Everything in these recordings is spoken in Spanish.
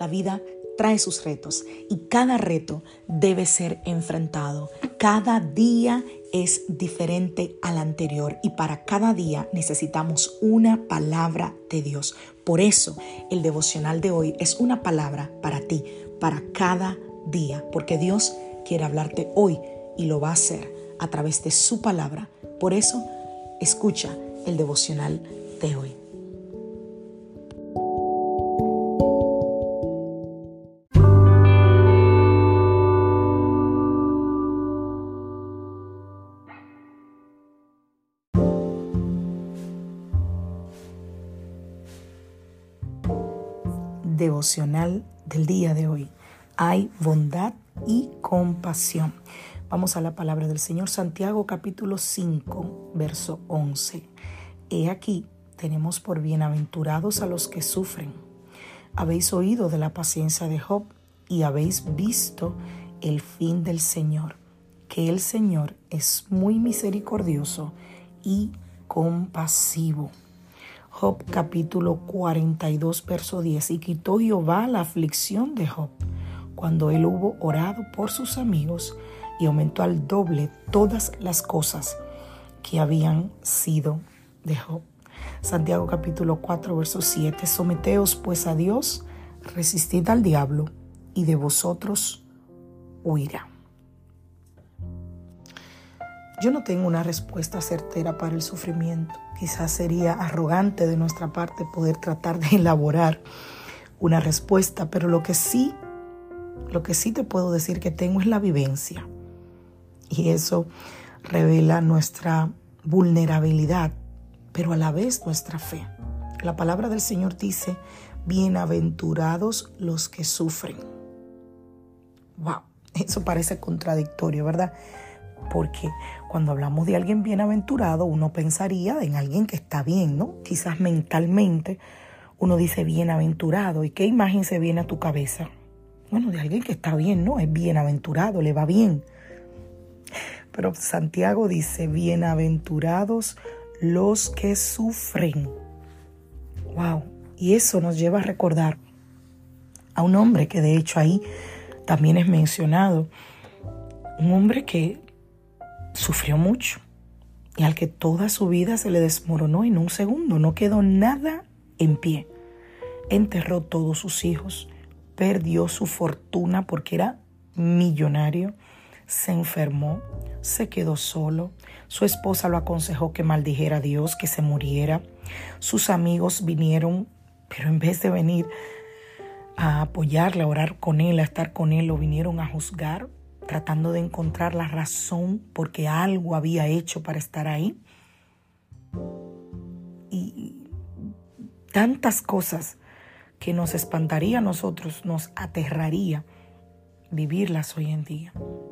La vida trae sus retos y cada reto debe ser enfrentado. Cada día es diferente al anterior y para cada día necesitamos una palabra de Dios. Por eso el devocional de hoy es una palabra para ti, para cada día, porque Dios quiere hablarte hoy y lo va a hacer a través de su palabra. Por eso, escucha el devocional de hoy. Devocional del día de hoy. Hay bondad y compasión. Vamos a la palabra del Señor. Santiago capítulo 5, verso 11. He aquí, tenemos por bienaventurados a los que sufren. Habéis oído de la paciencia de Job y habéis visto el fin del Señor, que el Señor es muy misericordioso y compasivo. Job capítulo 42, verso 10. Y quitó Jehová la aflicción de Job, cuando él hubo orado por sus amigos, y aumentó al doble todas las cosas que habían sido de Job. Santiago capítulo 4, verso 7. Someteos pues a Dios, resistid al diablo, y de vosotros huirá. Yo no tengo una respuesta certera para el sufrimiento. Quizás sería arrogante de nuestra parte poder tratar de elaborar una respuesta, pero lo que sí te puedo decir que tengo es la vivencia. Y eso revela nuestra vulnerabilidad, pero a la vez nuestra fe. La palabra del Señor dice, bienaventurados los que sufren. Wow, eso parece contradictorio, ¿verdad? Porque cuando hablamos de alguien bienaventurado, uno pensaría en alguien que está bien, ¿no? Quizás mentalmente uno dice bienaventurado. ¿Y qué imagen se viene a tu cabeza? Bueno, de alguien que está bien, ¿no? Es bienaventurado, le va bien. Pero Santiago dice, bienaventurados los que sufren. Wow. Y eso nos lleva a recordar a un hombre que de hecho ahí también es mencionado. Un hombre que sufrió mucho y al que toda su vida se le desmoronó en un segundo. No quedó nada en pie. Enterró todos sus hijos, perdió su fortuna porque era millonario, se enfermó, se quedó solo. Su esposa lo aconsejó que maldijera a Dios, que se muriera. Sus amigos vinieron, pero en vez de venir a apoyarle, a orar con él, a estar con él, lo vinieron a juzgar, tratando de encontrar la razón porque algo había hecho para estar ahí. Y tantas cosas que nos espantaría a nosotros, nos aterraría vivirlas hoy en día.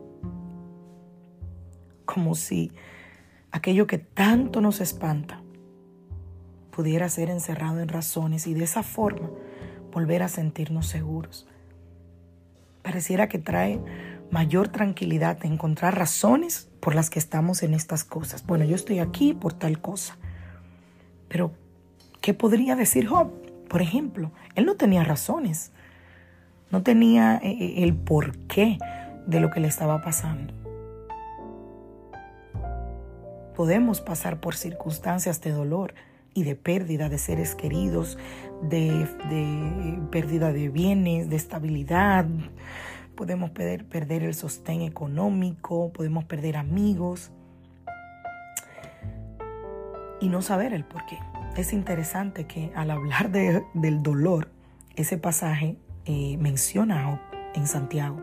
Como si aquello que tanto nos espanta pudiera ser encerrado en razones y de esa forma volver a sentirnos seguros. Pareciera que trae mayor tranquilidad de encontrar razones por las que estamos en estas cosas. Bueno, yo estoy aquí por tal cosa. Pero, ¿qué podría decir Job? Por ejemplo, él no tenía razones. No tenía el porqué de lo que le estaba pasando. Podemos pasar por circunstancias de dolor y de pérdida de seres queridos, de pérdida de bienes, de estabilidad. Podemos perder el sostén económico, podemos perder amigos y no saber el porqué. Es interesante que al hablar del dolor, ese pasaje menciona a Job en Santiago.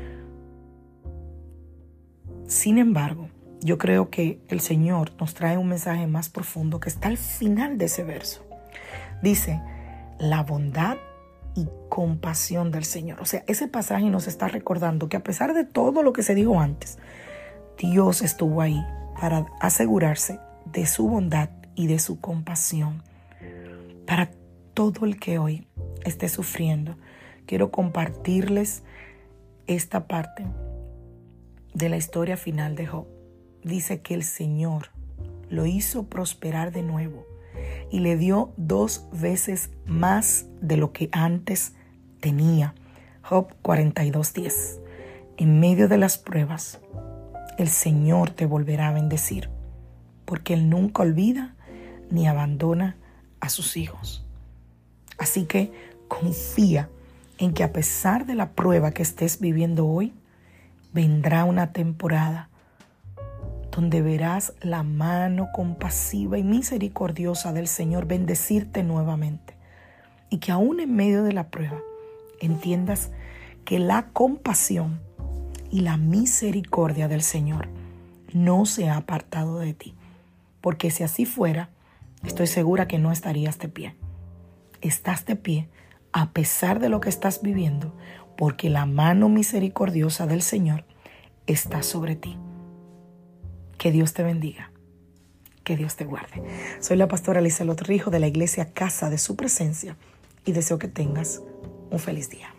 Sin embargo, yo creo que el Señor nos trae un mensaje más profundo que está al final de ese verso. Dice, la bondad y compasión del Señor. O sea, ese pasaje nos está recordando que a pesar de todo lo que se dijo antes, Dios estuvo ahí para asegurarse de su bondad y de su compasión. Para todo el que hoy esté sufriendo, quiero compartirles esta parte de la historia final de Job. Dice que el Señor lo hizo prosperar de nuevo y le dio 2 veces más de lo que antes tenía. Job 42:10. En medio de las pruebas, el Señor te volverá a bendecir, porque Él nunca olvida ni abandona a sus hijos. Así que confía en que a pesar de la prueba que estés viviendo hoy, vendrá una temporada donde verás la mano compasiva y misericordiosa del Señor bendecirte nuevamente. Y que aún en medio de la prueba entiendas que la compasión y la misericordia del Señor no se ha apartado de ti. Porque si así fuera, estoy segura que no estarías de pie. Estás de pie a pesar de lo que estás viviendo, porque la mano misericordiosa del Señor está sobre ti. Que Dios te bendiga. Que Dios te guarde. Soy la pastora Lizelot Rijo de la iglesia Casa de Su Presencia y deseo que tengas un feliz día.